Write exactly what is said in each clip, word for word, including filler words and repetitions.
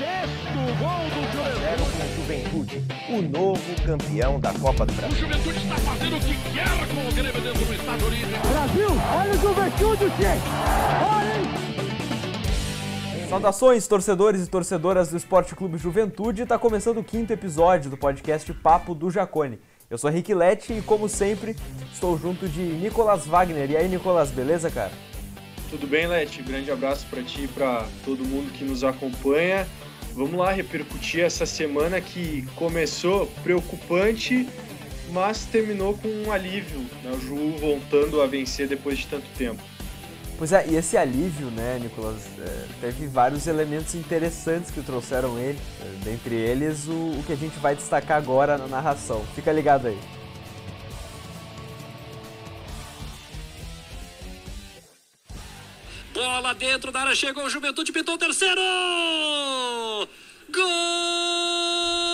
Sexto gol do zero com o Juventude, o novo campeão da Copa do Brasil. O Juventude está fazendo o que quer com o Grêmio dentro do Estado Olímpico. Brasil, olha o Juventude, gente! Olha! Saudações, torcedores e torcedoras do Esporte Clube Juventude. Está começando o quinto episódio do podcast Papo do Jacone. Eu sou Henrique Lete e, como sempre, estou junto de Nicolas Wagner. E aí, Nicolas, beleza, cara? Tudo bem, Lete? Grande abraço para ti e para todo mundo que nos acompanha. Vamos lá repercutir essa semana que começou preocupante, mas terminou com um alívio, né? O Ju voltando a vencer depois de tanto tempo. Pois é, e esse alívio, né, Nicolas, é, teve vários elementos interessantes que trouxeram ele, é, dentre eles o, o que a gente vai destacar agora na narração. Fica ligado aí. Bola dentro da área, chegou o Juventude, pintou o terceiro! Gol!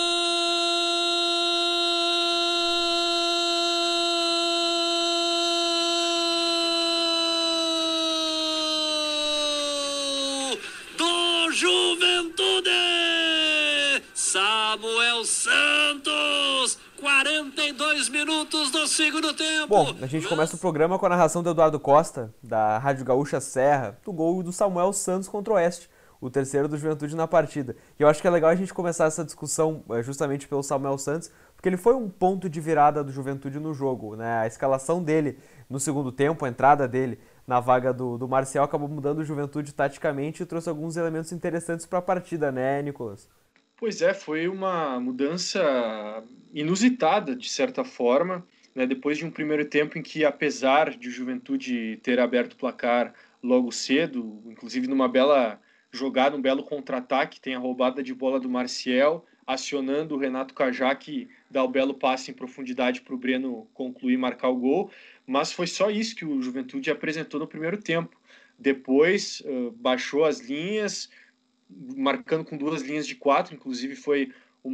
Juventude! Samuel Santos! quarenta e dois minutos do segundo tempo. Bom, a gente começa o programa com a narração do Eduardo Costa, da Rádio Gaúcha Serra, do gol do Samuel Santos contra o Oeste, o terceiro do Juventude na partida. E eu acho que é legal a gente começar essa discussão justamente pelo Samuel Santos, porque ele foi um ponto de virada do Juventude no jogo, né? A escalação dele no segundo tempo, a entrada dele na vaga do, do Marcial acabou mudando o Juventude taticamente e trouxe alguns elementos interessantes para a partida, né, Nicolas? Pois é, foi uma mudança inusitada, de certa forma, né? Depois de um primeiro tempo em que, apesar de o Juventude ter aberto o placar logo cedo, inclusive numa bela jogada, um belo contra-ataque, tem a roubada de bola do Marcial, acionando o Renato Cajá, que dá o belo passe em profundidade para o Breno concluir e marcar o gol, mas foi só isso que o Juventude apresentou no primeiro tempo. Depois uh, baixou as linhas, marcando com duas linhas de quatro, inclusive foi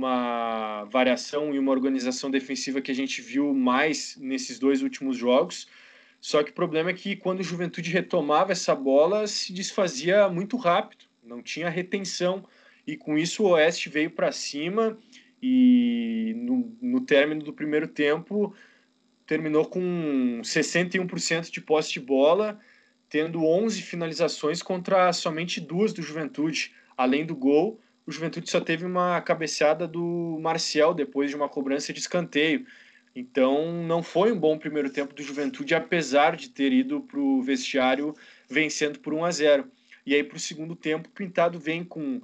uma variação e uma organização defensiva que a gente viu mais nesses dois últimos jogos. Só que o problema é que quando o Juventude retomava essa bola, se desfazia muito rápido, não tinha retenção, e com isso o Oeste veio para cima e no, no término do primeiro tempo terminou com sessenta e um por cento de posse de bola, tendo onze finalizações contra somente duas do Juventude. Além do gol, o Juventude só teve uma cabeceada do Marcial depois de uma cobrança de escanteio. Então não foi um bom primeiro tempo do Juventude, apesar de ter ido para o vestiário vencendo por um a zero. E aí para o segundo tempo, o Pintado vem com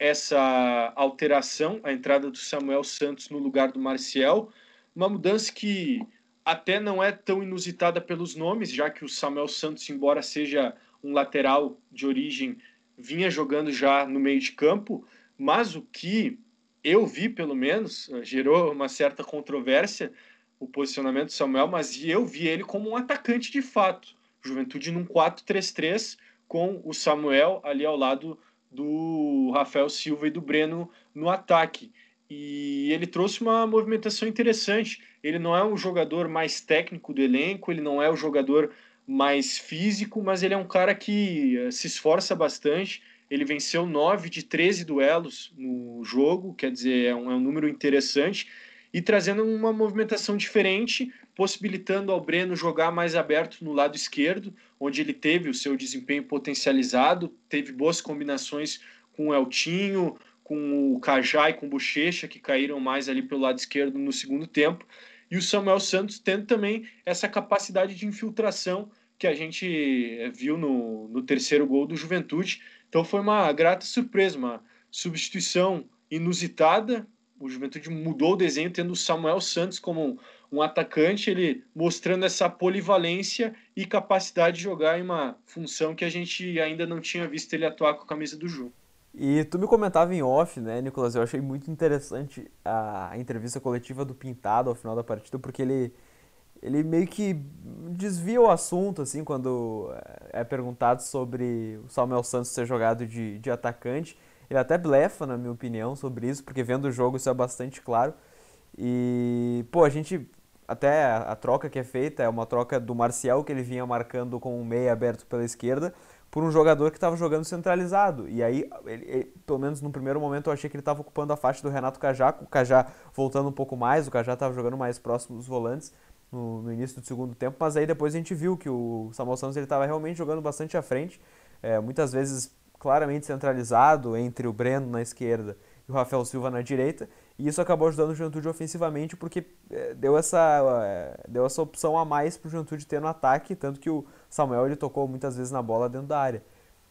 essa alteração, a entrada do Samuel Santos no lugar do Marcial, uma mudança que até não é tão inusitada pelos nomes, já que o Samuel Santos, embora seja um lateral de origem, vinha jogando já no meio de campo, mas o que eu vi, pelo menos, gerou uma certa controvérsia, o posicionamento do Samuel, mas eu vi ele como um atacante de fato. Juventude num quatro três três, com o Samuel ali ao lado do Rafael Silva e do Breno no ataque. E ele trouxe uma movimentação interessante. Ele não é um jogador mais técnico do elenco, ele não é o jogador mais físico, mas ele é um cara que se esforça bastante. Ele venceu nove de treze duelos no jogo, quer dizer, é um, é um número interessante, e trazendo uma movimentação diferente, possibilitando ao Breno jogar mais aberto no lado esquerdo, onde ele teve o seu desempenho potencializado, teve boas combinações com o Eltinho, com o Cajá e com o Bochecha, que caíram mais ali pelo lado esquerdo no segundo tempo, e o Samuel Santos tendo também essa capacidade de infiltração que a gente viu no, no terceiro gol do Juventude. Então foi uma grata surpresa, uma substituição inusitada. O Juventude mudou o desenho, tendo o Samuel Santos como um, um atacante, ele mostrando essa polivalência e capacidade de jogar em uma função que a gente ainda não tinha visto ele atuar com a camisa do Ju. E tu me comentava em off, né, Nicolas? Eu achei muito interessante a entrevista coletiva do Pintado ao final da partida, porque ele, ele meio que desvia o assunto, assim, quando é perguntado sobre o Samuel Santos ter jogado de, de atacante. Ele até blefa, na minha opinião, sobre isso, porque vendo o jogo isso é bastante claro. E, pô, a gente, até a, a troca que é feita é uma troca do Marcial, que ele vinha marcando com o meia aberto pela esquerda, por um jogador que estava jogando centralizado. E aí, ele, ele, pelo menos no primeiro momento, eu achei que ele estava ocupando a faixa do Renato Cajá, o Cajá voltando um pouco mais, o Cajá estava jogando mais próximo dos volantes no, no início do segundo tempo, mas aí depois a gente viu que o Samuel Santos estava realmente jogando bastante à frente, é, muitas vezes claramente centralizado entre o Breno na esquerda e o Rafael Silva na direita, e isso acabou ajudando o Juventude ofensivamente porque é, deu, essa, é, deu essa opção a mais para o Juventude ter no ataque, tanto que o Samuel ele tocou muitas vezes na bola dentro da área.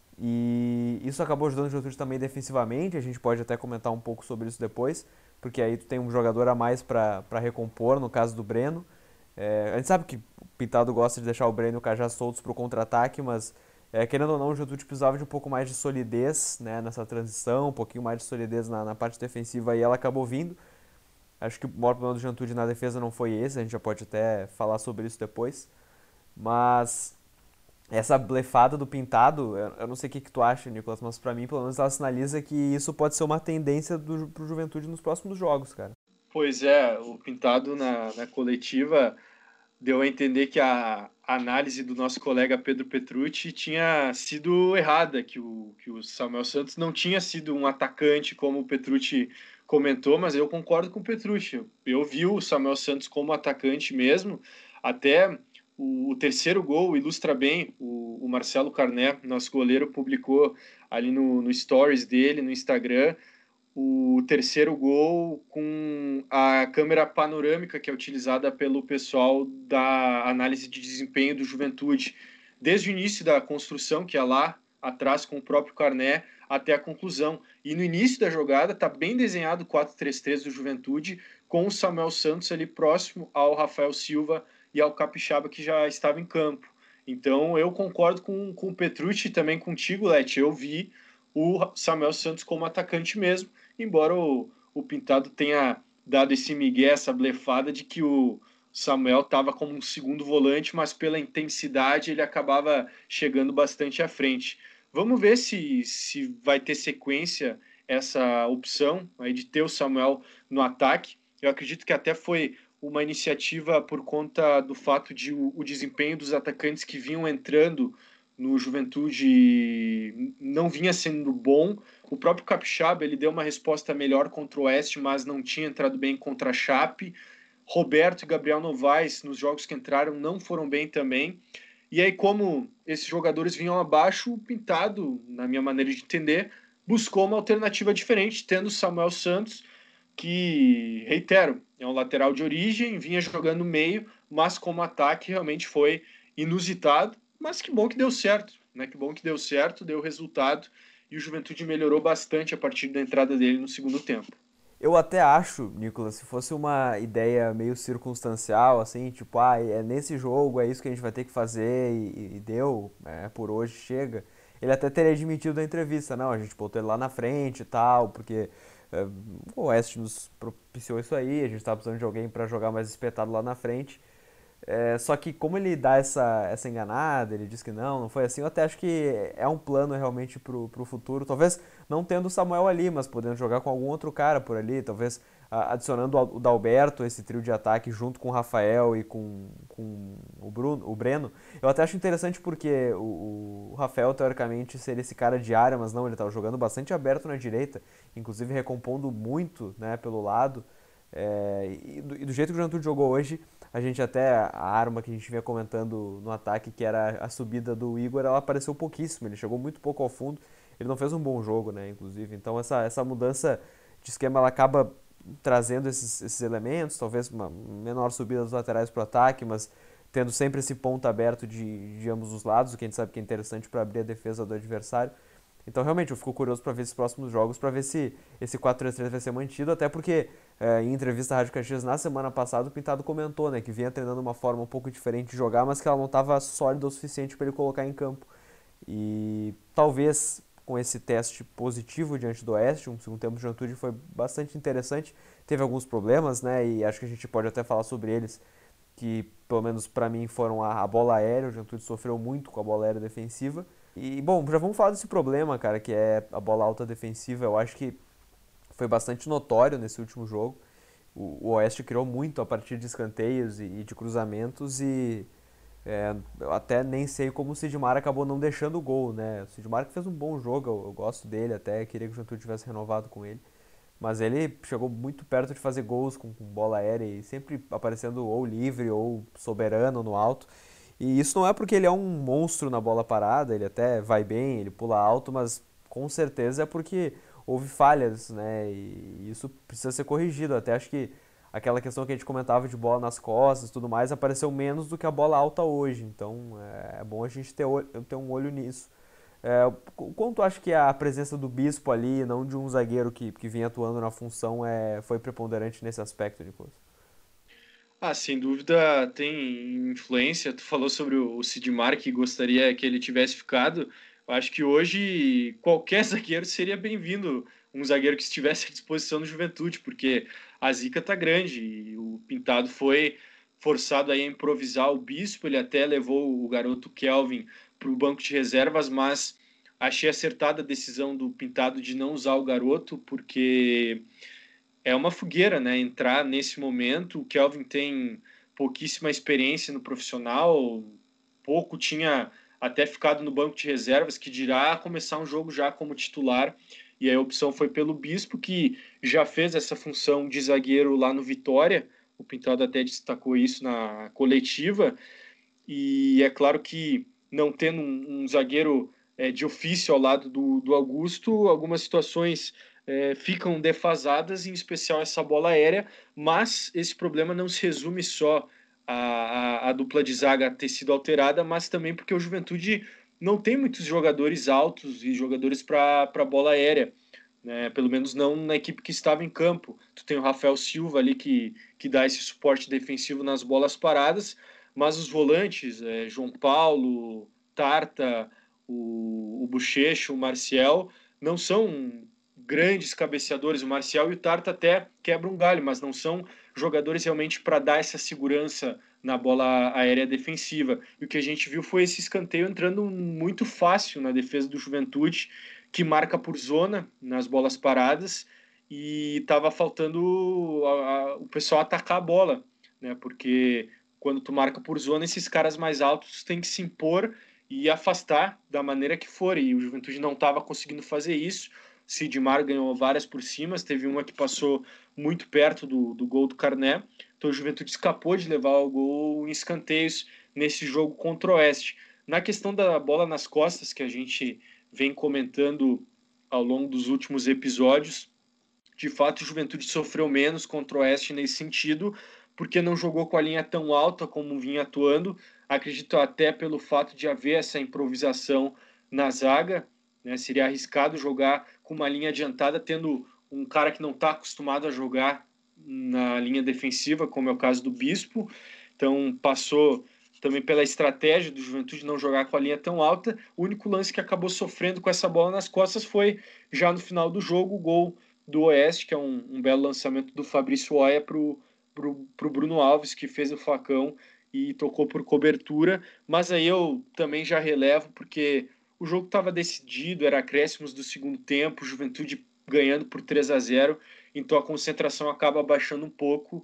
E isso acabou ajudando o Juventude também defensivamente, a gente pode até comentar um pouco sobre isso depois, porque aí tu tem um jogador a mais para recompor, no caso do Breno. É, a gente sabe que o Pintado gosta de deixar o Breno e o Cajá soltos para o contra-ataque, mas é, querendo ou não, o Juventude precisava de um pouco mais de solidez, né, nessa transição, um pouquinho mais de solidez na, na parte defensiva, e ela acabou vindo. Acho que o maior problema do Juventude na defesa não foi esse, a gente já pode até falar sobre isso depois. Mas essa blefada do Pintado, eu, eu não sei o que, que tu acha, Nicolas, mas pra mim, pelo menos, ela sinaliza que isso pode ser uma tendência do, pro Juventude nos próximos jogos, cara. Pois é, o Pintado na, na coletiva deu a entender que a análise do nosso colega Pedro Petrucci tinha sido errada, que o, que o Samuel Santos não tinha sido um atacante, como o Petrucci comentou, mas eu concordo com o Petrucci. Eu vi o Samuel Santos como atacante mesmo, até o, o terceiro gol ilustra bem, o, o Marcelo Carné, nosso goleiro, publicou ali no, no stories dele, no Instagram, o terceiro gol com a câmera panorâmica que é utilizada pelo pessoal da análise de desempenho do Juventude, desde o início da construção, que é lá atrás com o próprio Carné, até a conclusão. E no início da jogada está bem desenhado o quatro três três do Juventude, com o Samuel Santos ali próximo ao Rafael Silva e ao Capixaba, que já estava em campo. Então eu concordo com, com o Petrucci e também contigo, Leti. Eu vi o Samuel Santos como atacante mesmo, embora o, o Pintado tenha dado esse migué, essa blefada de que o Samuel estava como um segundo volante, mas pela intensidade ele acabava chegando bastante à frente. Vamos ver se, se vai ter sequência essa opção aí de ter o Samuel no ataque. Eu acredito que até foi uma iniciativa por conta do fato de o, o desempenho dos atacantes que vinham entrando no Juventude não vinha sendo bom. O próprio Capixaba ele deu uma resposta melhor contra o Oeste, mas não tinha entrado bem contra a Chape. Roberto e Gabriel Novaes, nos jogos que entraram, não foram bem também. E aí, como esses jogadores vinham abaixo, o Pintado, na minha maneira de entender, buscou uma alternativa diferente, tendo o Samuel Santos, que, reitero, é um lateral de origem, vinha jogando no meio, mas como ataque realmente foi inusitado. Mas que bom que deu certo, né? Que bom que deu certo, deu resultado e o Juventude melhorou bastante a partir da entrada dele no segundo tempo. Eu até acho, Nicolas, se fosse uma ideia meio circunstancial, assim, tipo, ah, é nesse jogo, é isso que a gente vai ter que fazer e, e deu, é, por hoje chega, ele até teria admitido na entrevista, não, a gente botou ele lá na frente e tal, porque é, o Oeste nos propiciou isso aí, a gente estava precisando de alguém para jogar mais espetado lá na frente. É, só que como ele dá essa, essa enganada, ele diz que não, não foi assim, eu até acho que é um plano realmente pro, pro futuro, talvez não tendo o Samuel ali, mas podendo jogar com algum outro cara por ali, talvez a, adicionando o Dalberto, esse trio de ataque, junto com o Rafael e com, com o, Bruno, o Breno. Eu até acho interessante porque o, o Rafael, teoricamente, seria esse cara de área, mas não, ele estava jogando bastante aberto na direita, inclusive recompondo muito, né, pelo lado, é, e, do, e do jeito que o Juventude jogou hoje, a gente até, a arma que a gente vinha comentando no ataque, que era a subida do Igor, ela apareceu pouquíssimo, ele chegou muito pouco ao fundo, ele não fez um bom jogo, né, inclusive, então essa, essa mudança de esquema, ela acaba trazendo esses, esses elementos, talvez uma menor subida dos laterais para o ataque, mas tendo sempre esse ponto aberto de, de ambos os lados, o que a gente sabe que é interessante para abrir a defesa do adversário. Então, realmente, eu fico curioso para ver esses próximos jogos, para ver se esse quatro três três vai ser mantido, até porque, é, em entrevista à Rádio Caxias na semana passada, o Pintado comentou, né, que vinha treinando uma forma um pouco diferente de jogar, mas que ela não estava sólida o suficiente para ele colocar em campo. E talvez, com esse teste positivo diante do Oeste, um segundo tempo de Juventude foi bastante interessante, teve alguns problemas, né, e acho que a gente pode até falar sobre eles, que, pelo menos para mim, foram a, a bola aérea, o Juventude sofreu muito com a bola aérea defensiva. E, bom, já vamos falar desse problema, cara, que é a bola alta defensiva. Eu acho que foi bastante notório nesse último jogo. O, o Oeste criou muito a partir de escanteios e, e de cruzamentos e É, eu até nem sei como o Sidmar acabou não deixando o gol, né? O Sidmar que fez um bom jogo, eu, eu gosto dele até, queria que o Juventude tivesse renovado com ele. Mas ele chegou muito perto de fazer gols com, com bola aérea e sempre aparecendo ou livre ou soberano no alto. E isso não é porque ele é um monstro na bola parada, ele até vai bem, ele pula alto, mas com certeza é porque houve falhas, né? E isso precisa ser corrigido. Até acho que aquela questão que a gente comentava de bola nas costas e tudo mais apareceu menos do que a bola alta hoje. Então é bom a gente ter, ter um olho nisso. É, o quanto acho que a presença do Bispo ali, não de um zagueiro que, que vinha atuando na função, é, foi preponderante nesse aspecto, Nicolas? Ah, sem dúvida tem influência. Tu falou sobre o Sidmar, que gostaria que ele tivesse ficado. Eu acho que hoje qualquer zagueiro seria bem-vindo, um zagueiro que estivesse à disposição do Juventude, porque a zica tá grande e o Pintado foi forçado aí a improvisar o Bispo. Ele até levou o garoto Kelvin para o banco de reservas, mas achei acertada a decisão do Pintado de não usar o garoto, porque é uma fogueira, né? Entrar nesse momento. O Kelvin tem pouquíssima experiência no profissional, pouco tinha até ficado no banco de reservas, que dirá começar um jogo já como titular. E aí a opção foi pelo Bispo, que já fez essa função de zagueiro lá no Vitória. O Pintado até destacou isso na coletiva. E é claro que não tendo um, um zagueiro é, de ofício ao lado do, do Augusto, algumas situações é, ficam defasadas, em especial essa bola aérea, mas esse problema não se resume só à, à, à dupla de zaga ter sido alterada, mas também porque o Juventude não tem muitos jogadores altos e jogadores para a bola aérea, né? Pelo menos não na equipe que estava em campo. Tu tem o Rafael Silva ali que, que dá esse suporte defensivo nas bolas paradas, mas os volantes, é, João Paulo, Tarta, o, o Bochecho, o Marcial, não são grandes cabeceadores. O Marcial e o Tarta até quebram um galho, mas não são jogadores realmente para dar essa segurança na bola aérea defensiva. E o que a gente viu foi esse escanteio entrando muito fácil na defesa do Juventude, que marca por zona nas bolas paradas, e estava faltando a, a, o pessoal atacar a bola, né? Porque quando tu marca por zona, esses caras mais altos têm que se impor e afastar da maneira que for, e o Juventude não estava conseguindo fazer isso. Sidmar ganhou várias por cima, teve uma que passou muito perto do, do gol do Carné, então o Juventude escapou de levar o gol em escanteios nesse jogo contra o Oeste. Na questão da bola nas costas, que a gente vem comentando ao longo dos últimos episódios, de fato o Juventude sofreu menos contra o Oeste nesse sentido, porque não jogou com a linha tão alta como vinha atuando. Acredito até pelo fato de haver essa improvisação na zaga, né? Seria arriscado jogar com uma linha adiantada, tendo um cara que não está acostumado a jogar na linha defensiva, como é o caso do Bispo. Então passou também pela estratégia do Juventude não jogar com a linha tão alta. O único lance que acabou sofrendo com essa bola nas costas foi, já no final do jogo, o gol do Oeste, que é um, um belo lançamento do Fabrício Oia para o Bruno Alves, que fez o facão e tocou por cobertura. Mas aí eu também já relevo, porque o jogo estava decidido, era acréscimos do segundo tempo, Juventude ganhando por três a zero, então a concentração acaba baixando um pouco,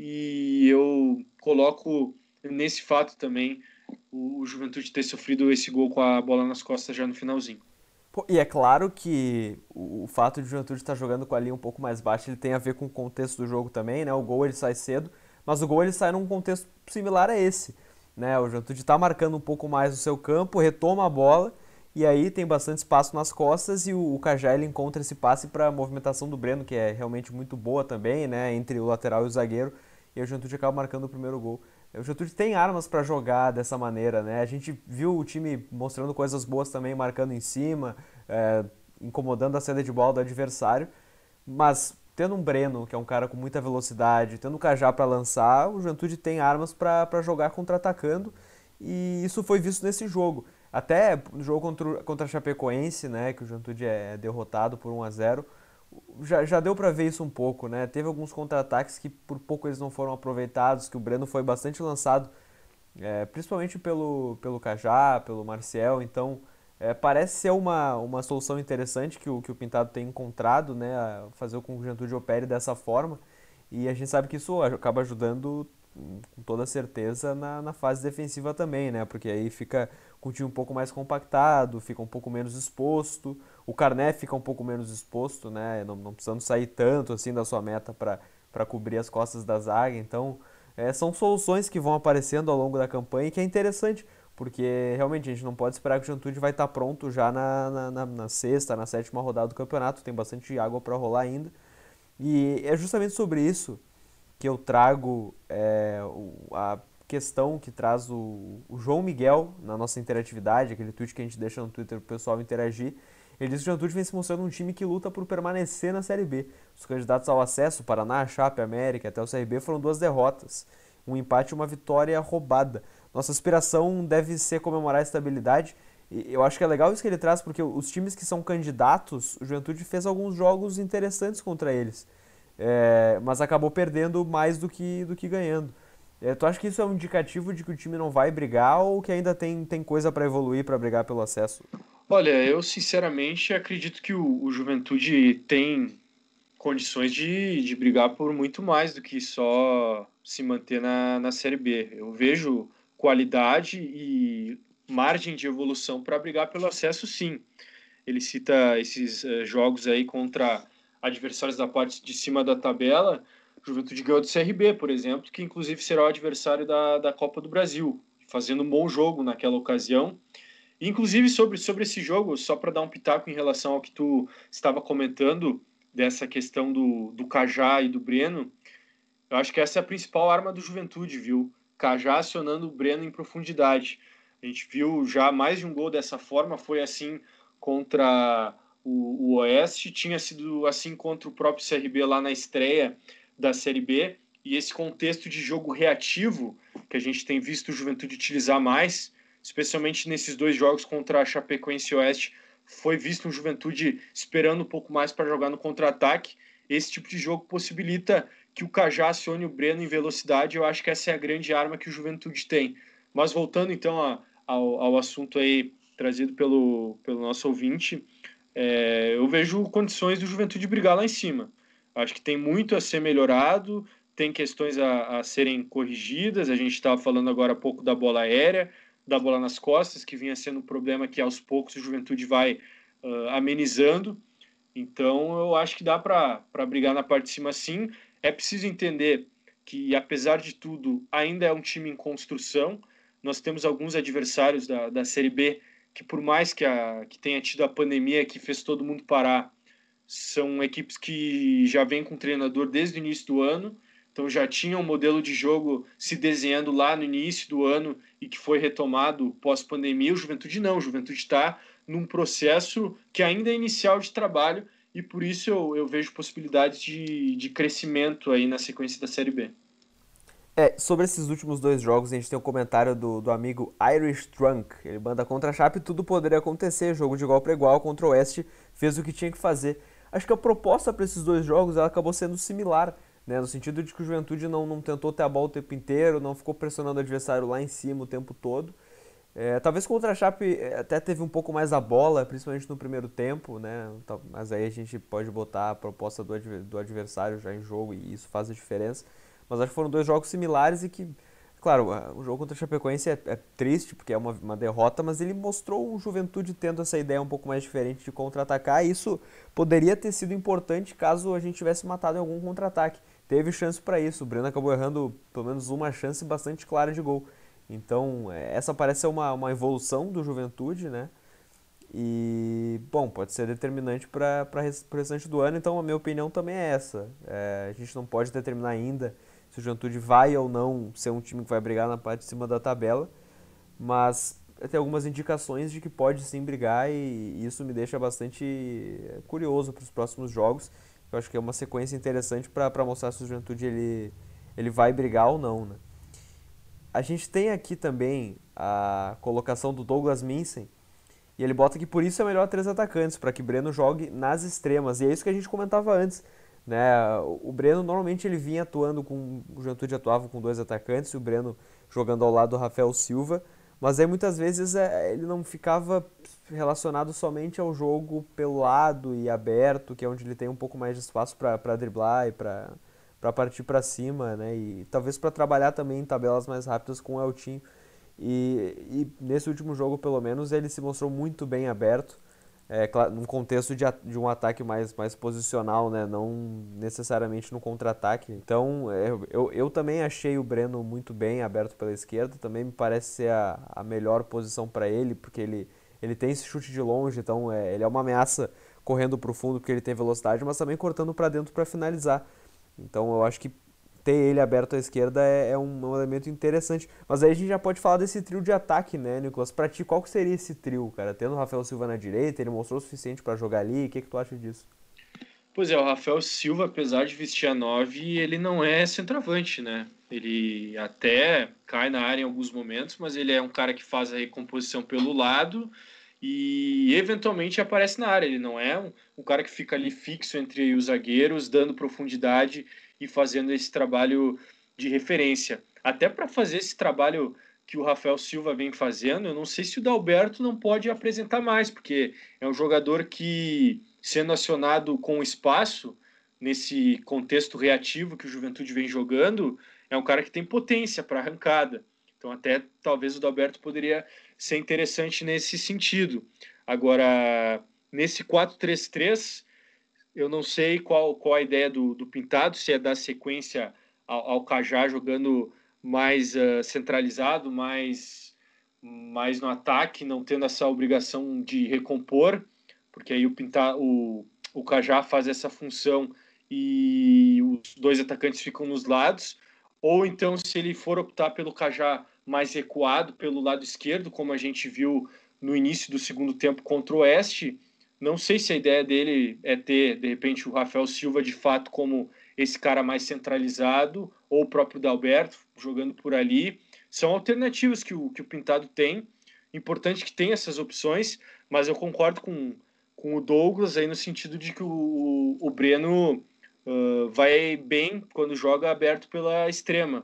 e eu coloco nesse fato também o Juventude ter sofrido esse gol com a bola nas costas já no finalzinho. Pô, e é claro que o, o fato de o Juventude estar jogando com a linha um pouco mais baixa, ele tem a ver com o contexto do jogo também, né? O gol ele sai cedo, mas o gol ele sai num contexto similar a esse, né? O Juventude está marcando um pouco mais o seu campo, retoma a bola, e aí tem bastante espaço nas costas, e o, o Cajá ele encontra esse passe para a movimentação do Breno, que é realmente muito boa também, né? Entre o lateral e o zagueiro, e o Juventude acaba marcando o primeiro gol. O Juventude tem armas para jogar dessa maneira, né? A gente viu o time mostrando coisas boas também, marcando em cima, é, incomodando a saída de bola do adversário, mas tendo um Breno, que é um cara com muita velocidade, tendo o Cajá para lançar, o Juventude tem armas para jogar contra-atacando, e isso foi visto nesse jogo. Até no jogo contra, contra a Chapecoense, né, que o Juventude é derrotado por um a zero, Já, já deu pra ver isso um pouco, né? Teve alguns contra-ataques que por pouco eles não foram aproveitados, que o Breno foi bastante lançado, é, principalmente pelo, pelo Cajá, pelo Marcial. Então é, parece ser uma, uma solução interessante que o, que o Pintado tem encontrado, né? A fazer com que o Juventude opere dessa forma, e a gente sabe que isso acaba ajudando com toda certeza na, na fase defensiva também, né? Porque aí fica com o time um pouco mais compactado, fica um pouco menos exposto, o Carné fica um pouco menos exposto, né? Não, não precisando sair tanto assim da sua meta para para cobrir as costas da zaga. Então, é, são soluções que vão aparecendo ao longo da campanha e que é interessante, porque realmente a gente não pode esperar que o Juventude vai estar pronto já na, na, na, na sexta, na sétima rodada do campeonato, tem bastante água para rolar ainda. E é justamente sobre isso que eu trago é, a questão que traz o, o João Miguel na nossa interatividade, aquele tweet que a gente deixa no Twitter para o pessoal interagir. Ele diz que o Juventude vem se mostrando um time que luta por permanecer na Série B. Os candidatos ao acesso, Paraná, Chape, América, até o C R B, foram duas derrotas, um empate e uma vitória roubada. Nossa aspiração deve ser comemorar a estabilidade. E eu acho que é legal isso que ele traz, porque os times que são candidatos, o Juventude fez alguns jogos interessantes contra eles, é, mas acabou perdendo mais do que, do que ganhando. É, tu acha que isso é um indicativo de que o time não vai brigar ou que ainda tem, tem coisa para evoluir para brigar pelo acesso? Olha, eu sinceramente acredito que o, o Juventude tem condições de, de brigar por muito mais do que só se manter na, na Série B. Eu vejo qualidade e margem de evolução para brigar pelo acesso, sim. Ele cita esses uh, jogos aí contra adversários da parte de cima da tabela. O Juventude ganhou do C R B, por exemplo, que inclusive será o adversário da, da Copa do Brasil, fazendo um bom jogo naquela ocasião. Inclusive, sobre, sobre esse jogo, só para dar um pitaco em relação ao que tu estava comentando, dessa questão do, do Cajá e do Breno, eu acho que essa é a principal arma do Juventude, viu? Cajá acionando o Breno em profundidade. A gente viu já mais de um gol dessa forma, foi assim contra o, o Oeste, tinha sido assim contra o próprio C R B lá na estreia da Série B, e esse contexto de jogo reativo, que a gente tem visto o Juventude utilizar mais, especialmente nesses dois jogos contra a Chapecoense e Oeste, foi visto um Juventude esperando um pouco mais para jogar no contra-ataque. Esse tipo de jogo possibilita que o Cajá acione o Breno em velocidade. Eu acho que essa é a grande arma que o Juventude tem. Mas voltando então a, ao, ao assunto aí trazido pelo, pelo nosso ouvinte, é, eu vejo condições do Juventude brigar lá em cima. Acho que tem muito a ser melhorado, tem questões a, a serem corrigidas. A gente estava falando agora há pouco da bola aérea, da bola nas costas, que vinha sendo um problema que aos poucos o Juventude vai uh, amenizando. Então eu acho que dá para brigar na parte de cima, sim. É preciso entender que, apesar de tudo, ainda é um time em construção. Nós temos alguns adversários da, da Série B que, por mais que, a, que tenha tido a pandemia que fez todo mundo parar, são equipes que já vêm com o treinador desde o início do ano. Então já tinha um modelo de jogo se desenhando lá no início do ano e que foi retomado pós-pandemia. O Juventude não, o Juventude está num processo que ainda é inicial de trabalho e por isso eu, eu vejo possibilidades de, de crescimento aí na sequência da Série B. É, sobre esses últimos dois jogos, a gente tem um comentário do, do amigo Irish Trunk. Ele manda: contra a Chape tudo poderia acontecer, jogo de igual para igual, contra o Oeste fez o que tinha que fazer. Acho que a proposta para esses dois jogos ela acabou sendo similar, né, no sentido de que o Juventude não, não tentou ter a bola o tempo inteiro, não ficou pressionando o adversário lá em cima o tempo todo. É, talvez contra a Chape até teve um pouco mais a bola, principalmente no primeiro tempo, né, mas aí a gente pode botar a proposta do, adver, do adversário já em jogo e isso faz a diferença. Mas acho que foram dois jogos similares e que, claro, o jogo contra a Chapecoense é, é triste porque é uma, uma derrota, mas ele mostrou o Juventude tendo essa ideia um pouco mais diferente de contra-atacar e isso poderia ter sido importante caso a gente tivesse matado em algum contra-ataque. Teve chance para isso, o Breno acabou errando pelo menos uma chance bastante clara de gol. Então, essa parece ser uma, uma evolução do Juventude, né? E, bom, pode ser determinante para o restante do ano, então a minha opinião também é essa. É, a gente não pode determinar ainda se o Juventude vai ou não ser um time que vai brigar na parte de cima da tabela, mas tem algumas indicações de que pode sim brigar e isso me deixa bastante curioso para os próximos jogos. Eu acho que é uma sequência interessante para mostrar se o Juventude ele, ele vai brigar ou não, né? A gente tem aqui também a colocação do Douglas Minsen, e ele bota que por isso é melhor três atacantes, para que Breno jogue nas extremas. E é isso que a gente comentava antes, né? O Breno normalmente ele vinha atuando com... O Juventude atuava com dois atacantes, e o Breno jogando ao lado do Rafael Silva. Mas aí muitas vezes é, ele não ficava relacionado somente ao jogo pelo lado e aberto, que é onde ele tem um pouco mais de espaço para driblar e para para partir para cima, né? E talvez para trabalhar também em tabelas mais rápidas com o Eltinho. E, e nesse último jogo, pelo menos, ele se mostrou muito bem aberto, é, num contexto de, de um ataque mais, mais posicional, né? Não necessariamente no contra-ataque. Então, é, eu, eu também achei o Breno muito bem aberto pela esquerda, também me parece ser a, a melhor posição para ele, porque ele, ele tem esse chute de longe, então é, ele é uma ameaça correndo para o fundo porque ele tem velocidade, mas também cortando para dentro para finalizar. Então, eu acho que ter ele aberto à esquerda é, é um, um elemento interessante. Mas aí a gente já pode falar desse trio de ataque, né, Nicolas? Pra ti, qual que seria esse trio, cara? Tendo o Rafael Silva na direita, ele mostrou o suficiente para jogar ali. O que, que tu acha disso? Pois é, o Rafael Silva, apesar de vestir a nove, ele não é centroavante, né? Ele até cai na área em alguns momentos, mas ele é um cara que faz a recomposição pelo lado e eventualmente aparece na área. Ele não é um, um cara que fica ali fixo entre os zagueiros, dando profundidade e fazendo esse trabalho de referência. Até para fazer esse trabalho que o Rafael Silva vem fazendo, eu não sei se o Dalberto não pode apresentar mais, porque é um jogador que, sendo acionado com espaço, nesse contexto reativo que o Juventude vem jogando, é um cara que tem potência para arrancada. Então até talvez o Dalberto poderia ser interessante nesse sentido. Agora, nesse quatro três três, eu não sei qual, qual a ideia do, do Pintado, se é dar sequência ao, ao Cajá jogando mais uh, centralizado, mais, mais no ataque, não tendo essa obrigação de recompor, porque aí o, Pintado, o, o Cajá faz essa função e os dois atacantes ficam nos lados, ou então se ele for optar pelo Cajá mais recuado pelo lado esquerdo, como a gente viu no início do segundo tempo contra o Oeste. Não sei se a ideia dele é ter, de repente, o Rafael Silva de fato como esse cara mais centralizado, ou o próprio Dalberto jogando por ali. São alternativas que o, que o Pintado tem. Importante que tenha essas opções, mas eu concordo com, com o Douglas aí no sentido de que o, o Breno uh, vai bem quando joga aberto pela extrema.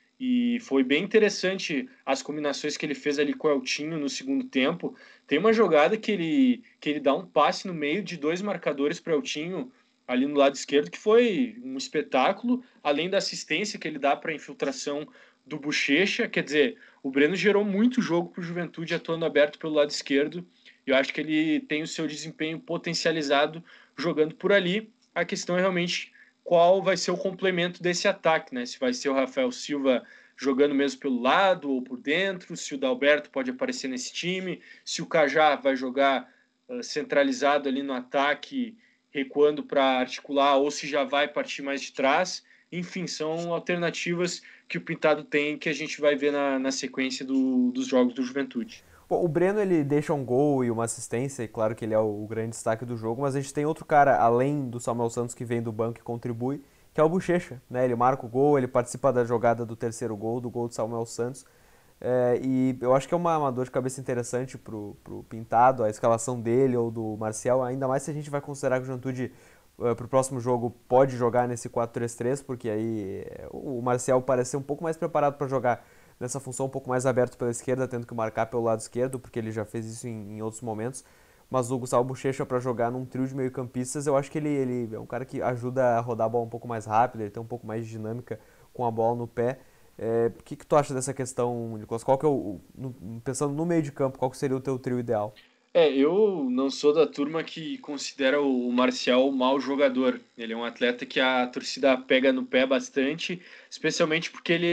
E foi bem interessante as combinações que ele fez ali com o Eltinho no segundo tempo. Tem uma jogada que ele, que ele dá um passe no meio de dois marcadores para o Eltinho ali no lado esquerdo, que foi um espetáculo, além da assistência que ele dá para a infiltração do Bochecha. Quer dizer, o Breno gerou muito jogo para o Juventude atuando aberto pelo lado esquerdo. E eu acho que ele tem o seu desempenho potencializado jogando por ali. A questão é realmente qual vai ser o complemento desse ataque, né? Se vai ser o Rafael Silva jogando mesmo pelo lado ou por dentro, se o Dalberto pode aparecer nesse time, se o Cajá vai jogar uh, centralizado ali no ataque, recuando para articular, ou se já vai partir mais de trás. Enfim, são alternativas que o Pintado tem, que a gente vai ver na, na sequência do, dos jogos do Juventude. Bom, o Breno, ele deixa um gol e uma assistência, e claro que ele é o grande destaque do jogo, mas a gente tem outro cara, além do Samuel Santos, que vem do banco e contribui, que é o Bochecha, né? Ele marca o gol, ele participa da jogada do terceiro gol, do gol do Samuel Santos, é, e eu acho que é uma, uma dor de cabeça interessante pro, pro Pintado, a escalação dele ou do Marcial, ainda mais se a gente vai considerar que o Juventude, uh, pro próximo jogo, pode jogar nesse quatro três três, porque aí o Marcial parece ser um pouco mais preparado para jogar nessa função um pouco mais aberto pela esquerda, tendo que marcar pelo lado esquerdo, porque ele já fez isso em, em outros momentos. Mas o Gustavo Bochecha, para jogar num trio de meio-campistas, eu acho que ele, ele é um cara que ajuda a rodar a bola um pouco mais rápido, ele tem um pouco mais de dinâmica com a bola no pé. É, o que, que tu acha dessa questão, Nicolas? Qual que é o, no, pensando no meio de campo, qual que seria o teu trio ideal? É, eu não sou da turma que considera o Marcial um mau jogador. Ele é um atleta que a torcida pega no pé bastante, especialmente porque ele,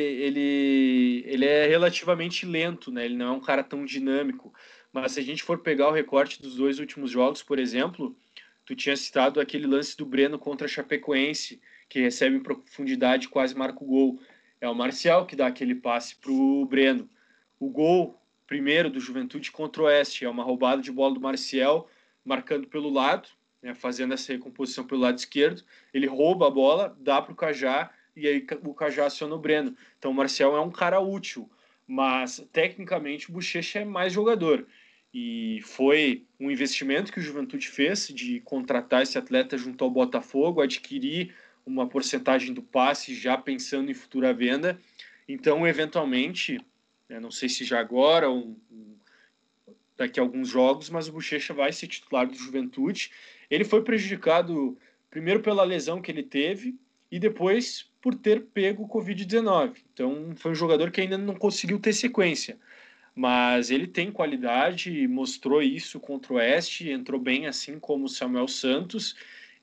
ele, ele é relativamente lento, né? Ele não é um cara tão dinâmico. Mas se a gente for pegar o recorte dos dois últimos jogos, por exemplo, tu tinha citado aquele lance do Breno contra a Chapecoense, que recebe em profundidade e quase marca o gol. É o Marcial que dá aquele passe pro Breno. O gol primeiro do Juventude contra o Oeste, é uma roubada de bola do Marcial, marcando pelo lado, né, fazendo essa recomposição pelo lado esquerdo. Ele rouba a bola, dá para o Cajá, e aí o Cajá aciona o Breno. Então o Marcial é um cara útil, mas tecnicamente o Bochecha é mais jogador. E foi um investimento que o Juventude fez de contratar esse atleta junto ao Botafogo, adquirir uma porcentagem do passe já pensando em futura venda. Então, eventualmente, eu não sei se já agora ou daqui a alguns jogos, mas o Bochecha vai ser titular do Juventude. Ele foi prejudicado primeiro pela lesão que ele teve e depois por ter pego o covid dezenove. Então foi um jogador que ainda não conseguiu ter sequência, mas ele tem qualidade, mostrou isso contra o Oeste, entrou bem assim como o Samuel Santos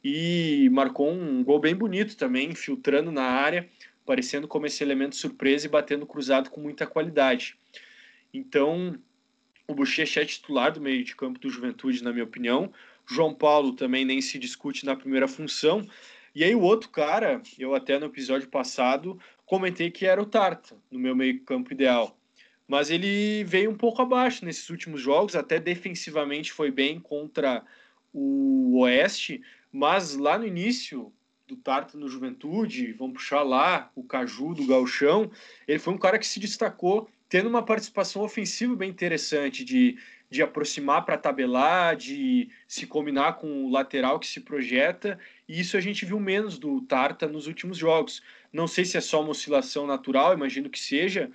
e marcou um gol bem bonito também, filtrando na área, parecendo como esse elemento surpresa e batendo cruzado com muita qualidade. Então o Bochecha é titular do meio de campo do Juventude, na minha opinião. João Paulo também nem se discute na primeira função. E aí o outro cara, eu até no episódio passado comentei que era o Tarta, no meu meio campo ideal. Mas ele veio um pouco abaixo nesses últimos jogos, até defensivamente foi bem contra o Oeste, mas lá no início do Tarta no Juventude, vamos puxar lá o Caju do Gauchão, ele foi um cara que se destacou tendo uma participação ofensiva bem interessante, de, de aproximar para tabelar, de se combinar com o lateral que se projeta, e isso a gente viu menos do Tarta nos últimos jogos. Não sei se é só uma oscilação natural, imagino que seja,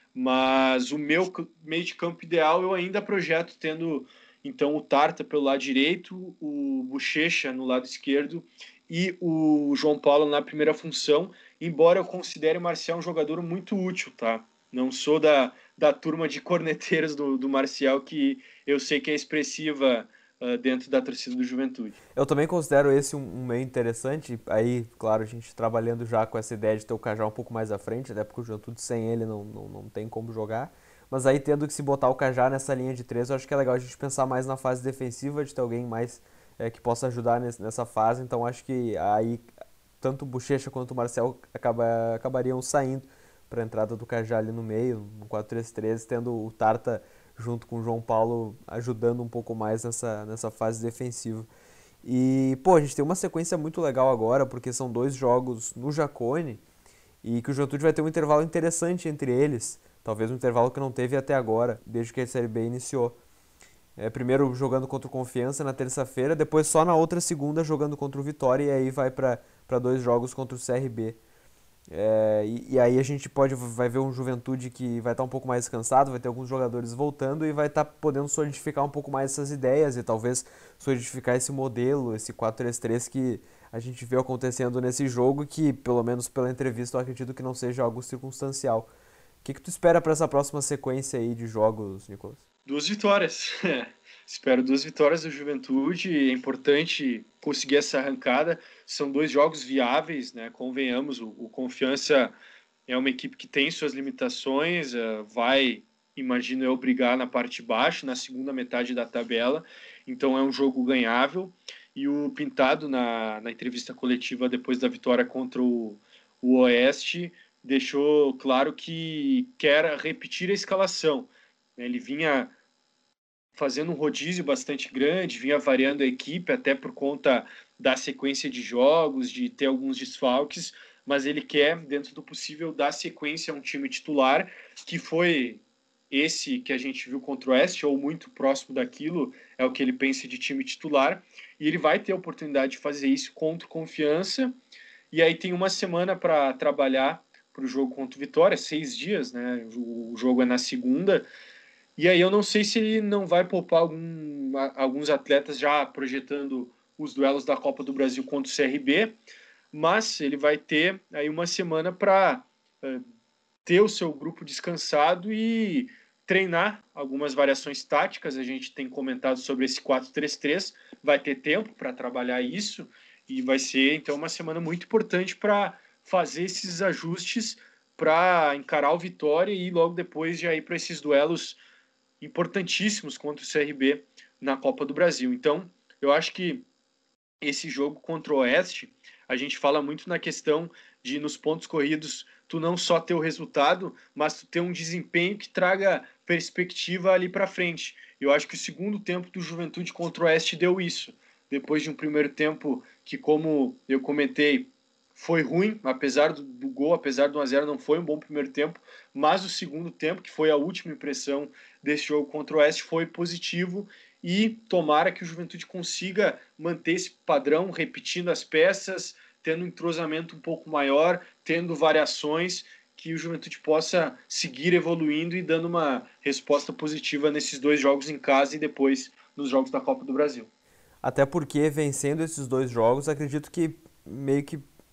mas o meu meio de campo ideal eu ainda projeto tendo então o Tarta pelo lado direito, o Bochecha no lado esquerdo e o João Paulo na primeira função, embora eu considere o Marcial um jogador muito útil, tá? Não sou da, da turma de corneteiros do, do Marcial, que eu sei que é expressiva uh, dentro da torcida do Juventude. Eu também considero esse um, um meio interessante. Aí, claro, a gente trabalhando já com essa ideia de ter o Cajá um pouco mais à frente, até porque o Juventude sem ele não, não, não tem como jogar. Mas aí, tendo que se botar o Cajá nessa linha de três, eu acho que é legal a gente pensar mais na fase defensiva, de ter alguém mais é, que possa ajudar nesse, nessa fase. Então, acho que aí tanto o Bochecha quanto o Marcial acaba, acabariam saindo para a entrada do Cajá ali no meio, no quatro três três, tendo o Tarta junto com o João Paulo ajudando um pouco mais nessa, nessa fase defensiva. E, pô, a gente tem uma sequência muito legal agora, porque são dois jogos no Jacone, e que o Juventude vai ter um intervalo interessante entre eles, talvez um intervalo que não teve até agora, desde que a Série B iniciou. É, primeiro jogando contra o Confiança na terça-feira, depois só na outra segunda jogando contra o Vitória, e aí vai para dois jogos contra o C R B. É, e, e aí a gente pode, vai ver um Juventude que vai estar um pouco mais descansado, vai ter alguns jogadores voltando e vai estar podendo solidificar um pouco mais essas ideias e talvez solidificar esse modelo, esse quatro três três que a gente viu acontecendo nesse jogo, que pelo menos pela entrevista eu acredito que não seja algo circunstancial. O que, que tu espera para essa próxima sequência aí de jogos, Nicolas? Duas vitórias. Espero duas vitórias do Juventude. É importante conseguir essa arrancada. São dois jogos viáveis, né? Convenhamos, o, o Confiança é uma equipe que tem suas limitações, uh, vai, imagino eu, brigar na parte de baixo, na segunda metade da tabela. Então é um jogo ganhável. E o Pintado, na, na entrevista coletiva depois da vitória contra o, o Oeste, deixou claro que quer repetir a escalação. Ele vinha fazendo um rodízio bastante grande, vinha variando a equipe até por conta da sequência de jogos, de ter alguns desfalques, mas ele quer, dentro do possível, dar sequência a um time titular, que foi esse que a gente viu contra o Oeste, ou muito próximo daquilo, é o que ele pensa de time titular, e ele vai ter a oportunidade de fazer isso contra o Confiança, e aí tem uma semana para trabalhar para o jogo contra o Vitória, seis dias, né? O jogo é na segunda. E aí eu não sei se ele não vai poupar algum, alguns atletas já projetando os duelos da Copa do Brasil contra o C R B, mas ele vai ter aí uma semana para uh, ter o seu grupo descansado e treinar algumas variações táticas. A gente tem comentado sobre esse quatro três três, vai ter tempo para trabalhar isso e vai ser então uma semana muito importante para fazer esses ajustes para encarar o Vitória e logo depois já ir para esses duelos importantíssimos contra o C R B na Copa do Brasil. Então, eu acho que esse jogo contra o Oeste, a gente fala muito na questão de, nos pontos corridos, tu não só ter o resultado, mas tu ter um desempenho que traga perspectiva ali para frente. Eu acho que o segundo tempo do Juventude contra o Oeste deu isso. Depois de um primeiro tempo que, como eu comentei, foi ruim, apesar do, do gol, apesar do um a zero, não foi um bom primeiro tempo, mas o segundo tempo, que foi a última impressão desse jogo contra o Oeste, foi positivo e tomara que o Juventude consiga manter esse padrão, repetindo as peças, tendo um entrosamento um pouco maior, tendo variações, que o Juventude possa seguir evoluindo e dando uma resposta positiva nesses dois jogos em casa e depois nos jogos da Copa do Brasil. Até porque, vencendo esses dois jogos, acredito que meio que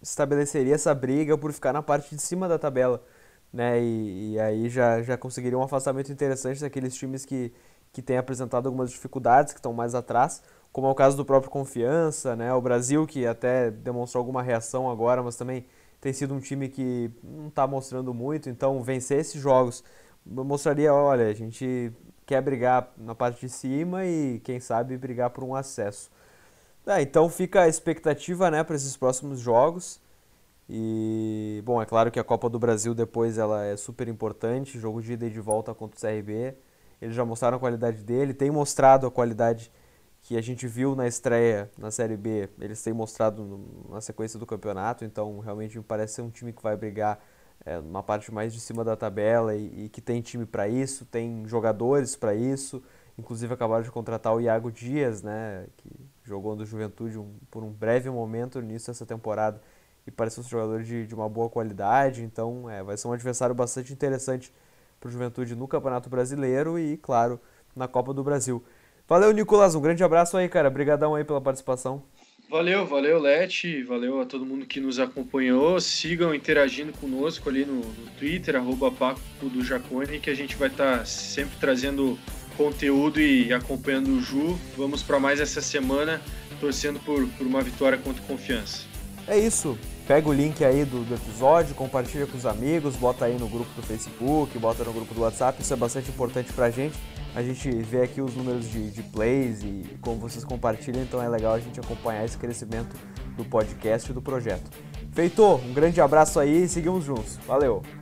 estabeleceria essa briga por ficar na parte de cima da tabela, né? E, e aí já, já conseguiria um afastamento interessante daqueles times que, que têm apresentado algumas dificuldades, que estão mais atrás, como é o caso do próprio Confiança, né? O Brasil, que até demonstrou alguma reação agora, mas também tem sido um time que não está mostrando muito, então vencer esses jogos mostraria, olha, a gente quer brigar na parte de cima e quem sabe brigar por um acesso. É, então fica a expectativa, né, para esses próximos jogos. E, bom, é claro que a Copa do Brasil depois ela é super importante, jogo de ida e de volta contra o C R B. Eles já mostraram a qualidade dele, tem mostrado a qualidade que a gente viu na estreia na Série B, eles têm mostrado no, na sequência do campeonato, então realmente me parece ser um time que vai brigar é, numa parte mais de cima da tabela e, e que tem time para isso, tem jogadores para isso, inclusive acabaram de contratar o Iago Dias, né, que jogou no Juventude um, por um breve momento no início dessa temporada e parece um jogador de, de uma boa qualidade, então é, vai ser um adversário bastante interessante para o Juventude no Campeonato Brasileiro e, claro, na Copa do Brasil. Valeu, Nicolas, um grande abraço aí, cara, obrigadão aí pela participação. Valeu, valeu, Leti, valeu a todo mundo que nos acompanhou, sigam interagindo conosco ali no, no Twitter, arroba Papo do Jacone, que a gente vai estar tá sempre trazendo conteúdo e acompanhando o Ju. Vamos para mais essa semana, torcendo por, por uma vitória contra o Confiança. É isso, pega o link aí do, do episódio, compartilha com os amigos, bota aí no grupo do Facebook, bota no grupo do WhatsApp, isso é bastante importante pra gente. A gente vê aqui os números de, de plays e como vocês compartilham, então é legal a gente acompanhar esse crescimento do podcast e do projeto. Feito, um grande abraço aí e seguimos juntos. Valeu!